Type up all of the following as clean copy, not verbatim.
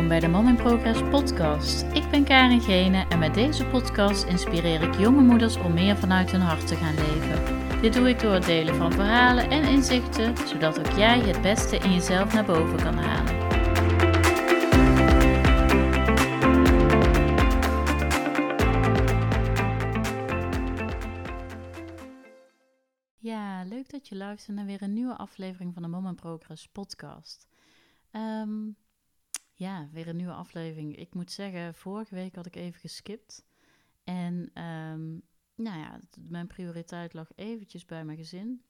bij de Mom in Progress podcast. Ik ben Karin Gene en met deze podcast inspireer ik jonge moeders om meer vanuit hun hart te gaan leven. Dit doe ik door het delen van verhalen en inzichten, zodat ook jij het beste in jezelf naar boven kan halen. Ja, leuk dat je luistert naar weer een nieuwe aflevering van de Mom in Progress podcast. Weer een nieuwe aflevering. Ik moet zeggen, vorige week had ik even geskipt. En mijn prioriteit lag eventjes bij mijn gezin.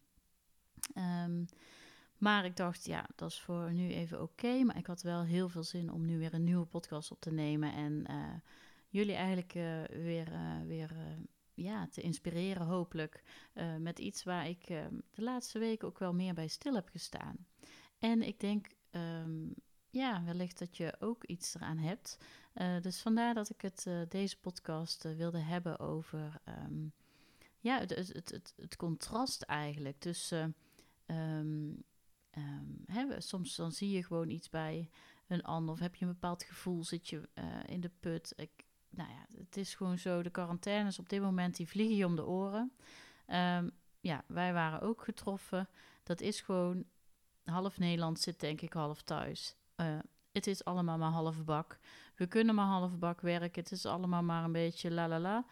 Maar ik dacht, ja, dat is voor nu even oké. Maar ik had wel heel veel zin om nu weer een nieuwe podcast op te nemen. En jullie eigenlijk weer te inspireren, hopelijk. Met iets waar ik de laatste weken ook wel meer bij stil heb gestaan. En ik denk... wellicht dat je ook iets eraan hebt. Dus vandaar dat ik deze podcast wilde hebben over het contrast eigenlijk tussen... soms dan zie je gewoon iets bij een ander of heb je een bepaald gevoel, zit je in de put. Het is gewoon zo, de quarantaines op dit moment, die vliegen je om de oren. Wij waren ook getroffen. Dat is gewoon... Half Nederland zit denk ik half thuis. Het is allemaal maar half bak. We kunnen maar half bak werken. Het is allemaal maar een beetje la la la.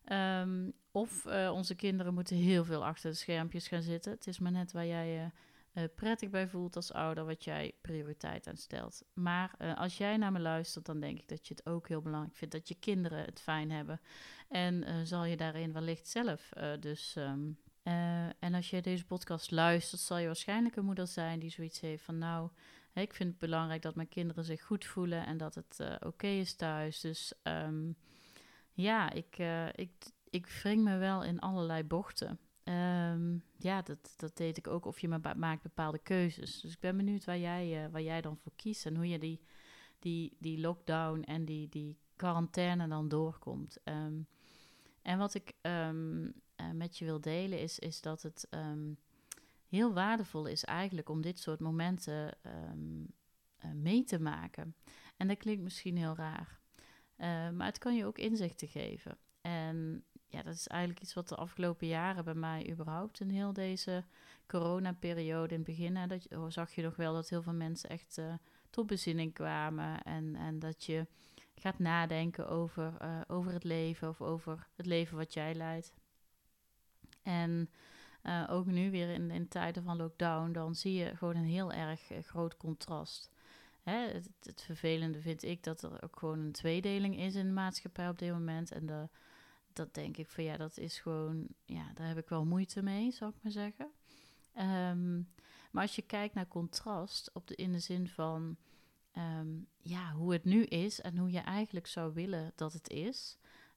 Onze kinderen moeten heel veel achter de schermpjes gaan zitten. Het is maar net waar jij prettig bij voelt als ouder, wat jij prioriteit aan stelt. Maar als jij naar me luistert, dan denk ik dat je het ook heel belangrijk vindt dat je kinderen het fijn hebben. En zal je daarin wellicht zelf en als je deze podcast luistert, zal je waarschijnlijk een moeder zijn die zoiets heeft van ik vind het belangrijk dat mijn kinderen zich goed voelen en dat het oké is thuis. Dus ik wring me wel in allerlei bochten. Dat deed ik ook of je maakt bepaalde keuzes. Dus ik ben benieuwd waar jij dan voor kiest en hoe je die lockdown en die quarantaine dan doorkomt. En wat ik met je wil delen is dat het heel waardevol is eigenlijk om dit soort momenten mee te maken. En dat klinkt misschien heel raar. Maar het kan je ook inzichten geven. En ja, dat is eigenlijk iets wat de afgelopen jaren bij mij überhaupt in heel deze coronaperiode in het begin, zag je nog wel dat heel veel mensen echt tot bezinning kwamen. En dat je gaat nadenken over het leven of over het leven wat jij leidt. En ook nu weer in tijden van lockdown, dan zie je gewoon een heel erg groot contrast. Het vervelende vind ik dat er ook gewoon een tweedeling is in de maatschappij op dit moment. En dat denk ik van dat is gewoon, daar heb ik wel moeite mee, zou ik maar zeggen. Maar als je kijkt naar contrast in de zin van hoe het nu is en hoe je eigenlijk zou willen dat het is.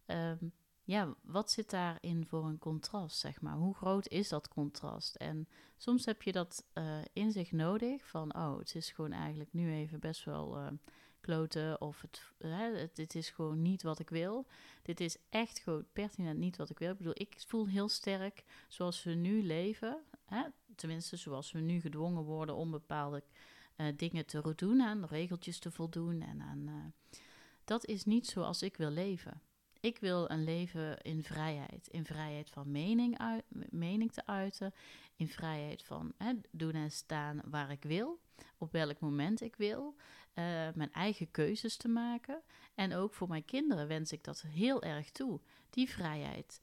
Wat zit daarin voor een contrast, zeg maar? Hoe groot is dat contrast? En soms heb je dat inzicht nodig van, het is gewoon eigenlijk nu even best wel kloten of dit is gewoon niet wat ik wil. Dit is echt gewoon pertinent niet wat ik wil. Ik bedoel, ik voel heel sterk zoals we nu leven, tenminste zoals we nu gedwongen worden om bepaalde dingen te doen, aan regeltjes te voldoen en aan... dat is niet zoals ik wil leven. Ik wil een leven in vrijheid van mening te uiten, in vrijheid van doen en staan waar ik wil, op welk moment ik wil, mijn eigen keuzes te maken. En ook voor mijn kinderen wens ik dat heel erg toe, die vrijheid,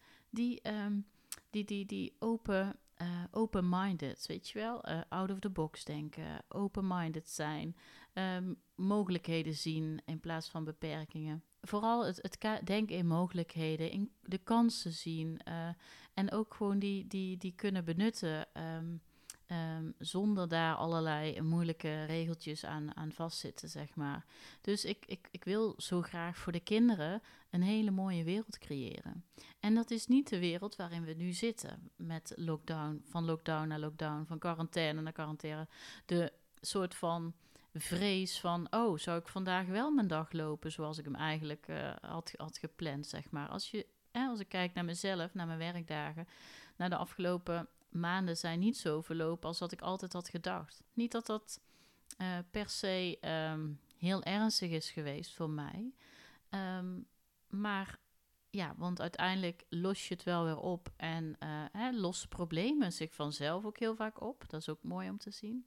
die open-minded, weet je wel, out of the box denken, open-minded zijn, mogelijkheden zien in plaats van beperkingen. Vooral het denken in mogelijkheden, in de kansen zien en ook gewoon die kunnen benutten zonder daar allerlei moeilijke regeltjes aan vastzitten, zeg maar. Dus ik wil zo graag voor de kinderen een hele mooie wereld creëren. En dat is niet de wereld waarin we nu zitten, met van lockdown naar lockdown, van quarantaine naar quarantaine. De soort van vrees van, zou ik vandaag wel mijn dag lopen zoals ik hem eigenlijk had gepland, zeg maar. Als ik kijk naar mezelf, naar mijn werkdagen, naar de afgelopen maanden zijn niet zo verlopen als dat ik altijd had gedacht. Niet dat per se heel ernstig is geweest voor mij. Maar ja, want uiteindelijk los je het wel weer op en lossen problemen zich vanzelf ook heel vaak op. Dat is ook mooi om te zien.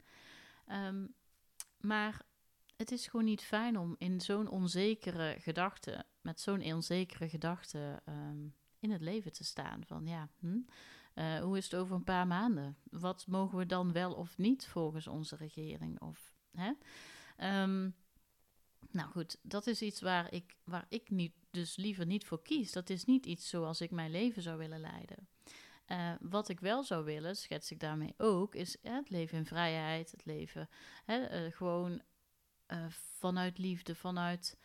Maar het is gewoon niet fijn om in zo'n onzekere gedachte, met zo'n onzekere gedachte in het leven te staan. Van ja, hoe is het over een paar maanden? Wat mogen we dan wel of niet volgens onze regering? Of, hè? Nou goed, dat is iets waar ik niet, dus liever niet voor kies. Dat is niet iets zoals ik mijn leven zou willen leiden. Wat ik wel zou willen, schets ik daarmee ook, is het leven in vrijheid. Het leven gewoon vanuit liefde, vanuit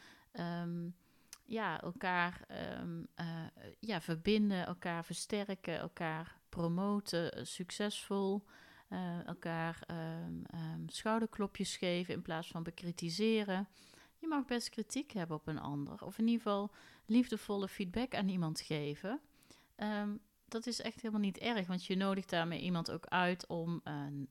elkaar verbinden, elkaar versterken, elkaar promoten, succesvol. Elkaar schouderklopjes geven in plaats van bekritiseren. Je mag best kritiek hebben op een ander. Of in ieder geval liefdevolle feedback aan iemand geven. Dat is echt helemaal niet erg. Want je nodigt daarmee iemand ook uit om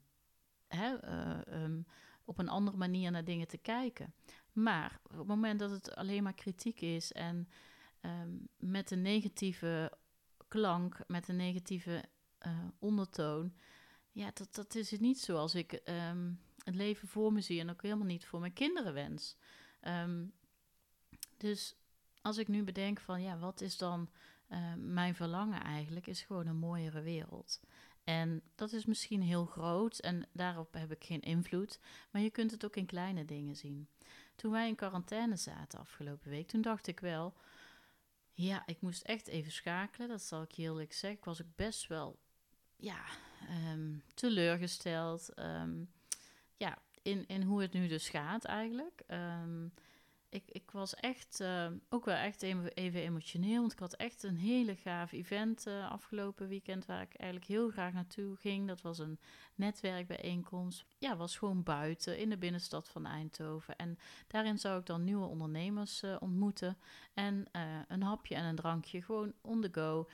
op een andere manier naar dingen te kijken. Maar op het moment dat het alleen maar kritiek is en met een negatieve klank, met een negatieve ondertoon, ja, dat is het niet zoals ik het leven voor me zie en ook helemaal niet voor mijn kinderen wens. Dus als ik nu bedenk van, ja, wat is dan mijn verlangen eigenlijk, is gewoon een mooiere wereld. En dat is misschien heel groot en daarop heb ik geen invloed, maar je kunt het ook in kleine dingen zien. Toen wij in quarantaine zaten afgelopen week, toen dacht ik wel, ja, ik moest echt even schakelen, dat zal ik je heel eerlijk zeggen. Ik was ook best wel, teleurgesteld, in hoe het nu dus gaat eigenlijk. Ik was echt ook wel echt even emotioneel. Want ik had echt een hele gaaf event afgelopen weekend waar ik eigenlijk heel graag naartoe ging. Dat was een netwerkbijeenkomst. Ja, was gewoon buiten in de binnenstad van Eindhoven. En daarin zou ik dan nieuwe ondernemers ontmoeten. En een hapje en een drankje gewoon on the go.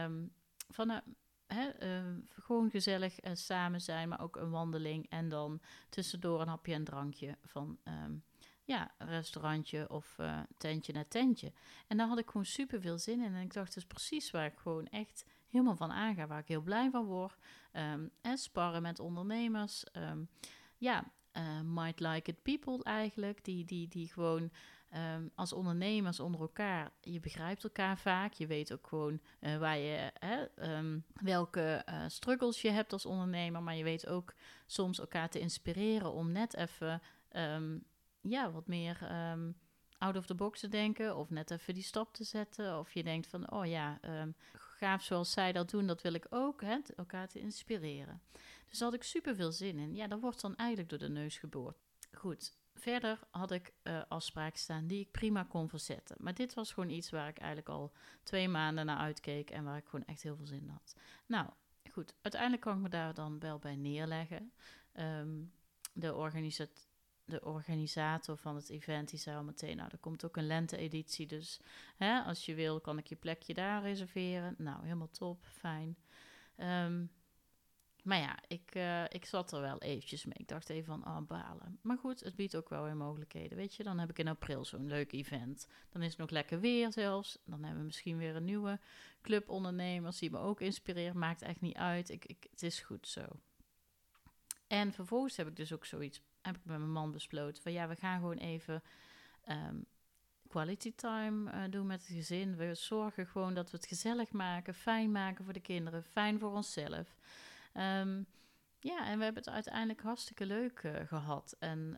Gewoon gezellig samen zijn, maar ook een wandeling. En dan tussendoor een hapje en drankje van restaurantje of tentje naar tentje. En daar had ik gewoon super veel zin in. En ik dacht, dat is precies waar ik gewoon echt helemaal van aanga, waar ik heel blij van word. Sparren met ondernemers. Might like it people eigenlijk, die gewoon als ondernemers onder elkaar, je begrijpt elkaar vaak. Je weet ook gewoon waar je, welke struggles je hebt als ondernemer, maar je weet ook soms elkaar te inspireren om net even wat meer out of the box te denken of net even die stap te zetten. Of je denkt van, gaaf zoals zij dat doen, dat wil ik ook, elkaar te inspireren. Dus daar had ik super veel zin in. Ja, dat wordt dan eigenlijk door de neus geboord. Goed, verder had ik afspraken staan die ik prima kon verzetten. Maar dit was gewoon iets waar ik eigenlijk al 2 maanden naar uitkeek en waar ik gewoon echt heel veel zin in had. Nou, goed, uiteindelijk kan ik me daar dan wel bij neerleggen. De organisator van het event, die zei al meteen, nou, er komt ook een lente-editie, dus als je wil, kan ik je plekje daar reserveren. Nou, helemaal top, fijn. Maar ja, ik zat er wel eventjes mee. Ik dacht even van, balen. Maar goed, het biedt ook wel weer mogelijkheden, weet je. Dan heb ik in april zo'n leuk event. Dan is het nog lekker weer zelfs. Dan hebben we misschien weer een nieuwe club ondernemers die me ook inspireren. Maakt echt niet uit. Het is goed zo. En vervolgens heb ik dus ook heb ik met mijn man besloten van, ja, we gaan gewoon even quality time doen met het gezin. We zorgen gewoon dat we het gezellig maken, fijn maken voor de kinderen, fijn voor onszelf. En we hebben het uiteindelijk hartstikke leuk gehad.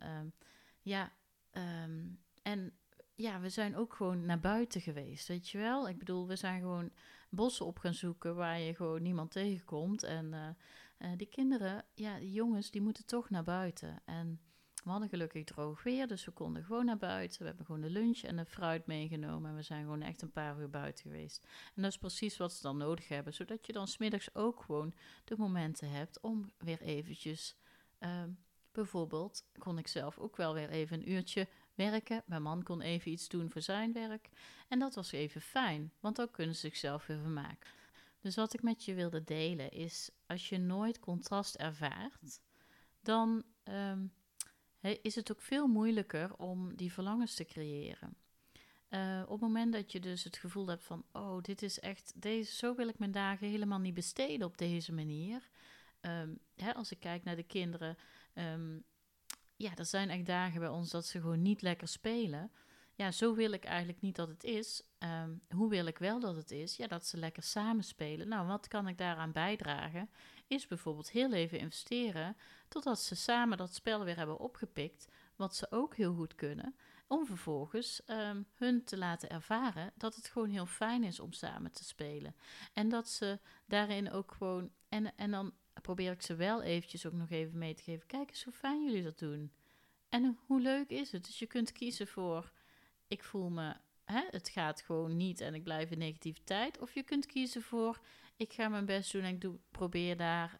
We zijn ook gewoon naar buiten geweest, weet je wel. Ik bedoel, we zijn gewoon bossen op gaan zoeken waar je gewoon niemand tegenkomt. En die kinderen, die jongens, die moeten toch naar buiten. En we hadden gelukkig droog weer, dus we konden gewoon naar buiten. We hebben gewoon de lunch en de fruit meegenomen. En we zijn gewoon echt een paar uur buiten geweest. En dat is precies wat ze dan nodig hebben. Zodat je dan 's middags ook gewoon de momenten hebt om weer eventjes... bijvoorbeeld kon ik zelf ook wel weer even een uurtje werken. Mijn man kon even iets doen voor zijn werk. En dat was even fijn, want ook kunnen ze zichzelf weer vermaken. Dus wat ik met je wilde delen is, als je nooit contrast ervaart, dan is het ook veel moeilijker om die verlangens te creëren. Op het moment dat je dus het gevoel hebt van, oh, dit is echt, zo wil ik mijn dagen helemaal niet besteden op deze manier. Als ik kijk naar de kinderen, er zijn echt dagen bij ons dat ze gewoon niet lekker spelen. Ja, zo wil ik eigenlijk niet dat het is. Hoe wil ik wel dat het is? Ja, dat ze lekker samen spelen. Nou, wat kan ik daaraan bijdragen? Is bijvoorbeeld heel even investeren, totdat ze samen dat spel weer hebben opgepikt, wat ze ook heel goed kunnen, om vervolgens hun te laten ervaren dat het gewoon heel fijn is om samen te spelen. En dat ze daarin ook gewoon, en dan probeer ik ze wel eventjes ook nog even mee te geven, kijk eens hoe fijn jullie dat doen. En hoe leuk is het? Dus je kunt kiezen voor, ik voel me, het gaat gewoon niet en ik blijf in negativiteit. Of je kunt kiezen voor, ik ga mijn best doen en ik probeer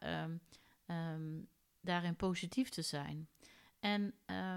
daarin positief te zijn. En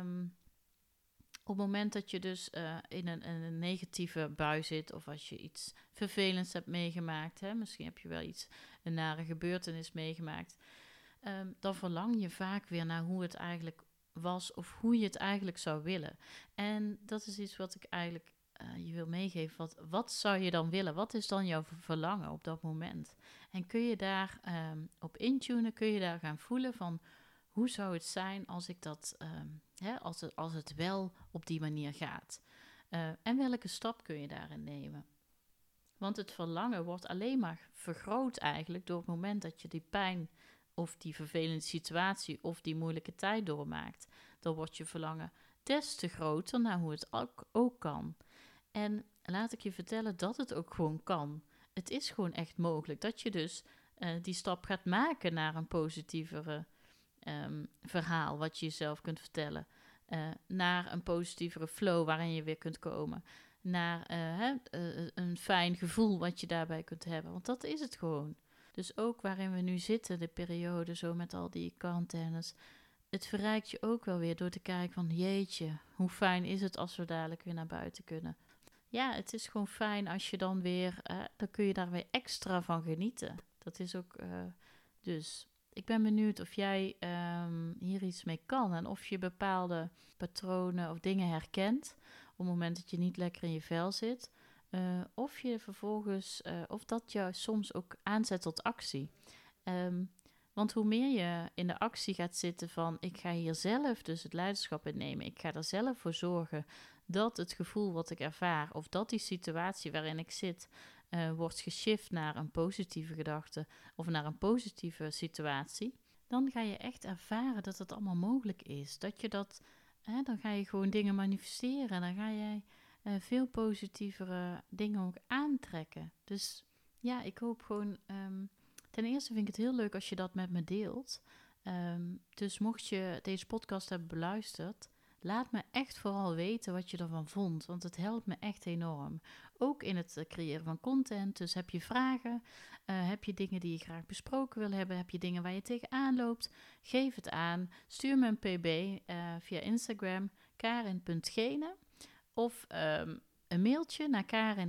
op het moment dat je dus in een negatieve bui zit, of als je iets vervelends hebt meegemaakt, misschien heb je wel een nare gebeurtenis meegemaakt, dan verlang je vaak weer naar hoe het eigenlijk was of hoe je het eigenlijk zou willen. En dat is iets wat ik eigenlijk je wil meegeven. Wat zou je dan willen? Wat is dan jouw verlangen op dat moment? En kun je daar op intunen, kun je daar gaan voelen van, hoe zou het zijn als ik dat, als het wel op die manier gaat? En welke stap kun je daarin nemen? Want het verlangen wordt alleen maar vergroot eigenlijk door het moment dat je die pijn of die vervelende situatie of die moeilijke tijd doormaakt. Dan wordt je verlangen des te groter naar hoe het ook kan. En laat ik je vertellen dat het ook gewoon kan. Het is gewoon echt mogelijk dat je dus die stap gaat maken naar een positievere verhaal wat je jezelf kunt vertellen. Naar een positievere flow waarin je weer kunt komen. Naar een fijn gevoel wat je daarbij kunt hebben. Want dat is het gewoon. Dus ook waarin we nu zitten, de periode zo met al die quarantaines. Het verrijkt je ook wel weer door te kijken van, jeetje, hoe fijn is het als we dadelijk weer naar buiten kunnen. Ja, het is gewoon fijn als je dan weer, dan kun je daar weer extra van genieten. Dat is ook, dus ik ben benieuwd of jij hier iets mee kan. En of je bepaalde patronen of dingen herkent op het moment dat je niet lekker in je vel zit. Of je vervolgens, of dat jou soms ook aanzet tot actie. Want hoe meer je in de actie gaat zitten van, ik ga hier zelf dus het leiderschap in nemen. Ik ga er zelf voor zorgen dat het gevoel wat ik ervaar, of dat die situatie waarin ik zit, wordt geshift naar een positieve gedachte of naar een positieve situatie. Dan ga je echt ervaren dat het allemaal mogelijk is. Dat je dat, dan ga je gewoon dingen manifesteren. Dan ga jij veel positievere dingen ook aantrekken. Dus ja, ik hoop gewoon, ten eerste vind ik het heel leuk als je dat met me deelt. Dus mocht je deze podcast hebben beluisterd, laat me echt vooral weten wat je ervan vond, want het helpt me echt enorm. Ook in het creëren van content. Dus heb je vragen, heb je dingen die je graag besproken wil hebben, heb je dingen waar je tegenaan loopt, geef het aan. Stuur me een pb via Instagram, karin.gene, of een mailtje naar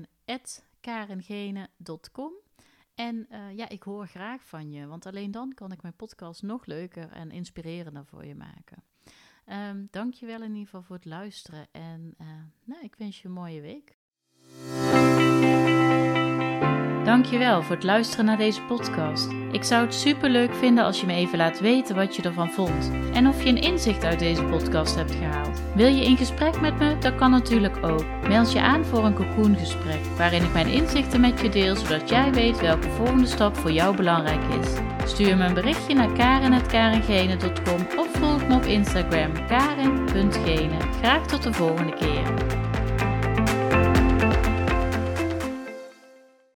karin@karengene.com. En ik hoor graag van je, want alleen dan kan ik mijn podcast nog leuker en inspirerender voor je maken. Dank je wel in ieder geval voor het luisteren en ik wens je een mooie week. Dank je wel voor het luisteren naar deze podcast. Ik zou het super leuk vinden als je me even laat weten wat je ervan vond. En of je een inzicht uit deze podcast hebt gehaald. Wil je in gesprek met me? Dat kan natuurlijk ook. Meld je aan voor een cocoongesprek, waarin ik mijn inzichten met je deel, zodat jij weet welke volgende stap voor jou belangrijk is. Stuur me een berichtje naar karin@karengene.com of volg me op Instagram, karin.gene. Graag tot de volgende keer.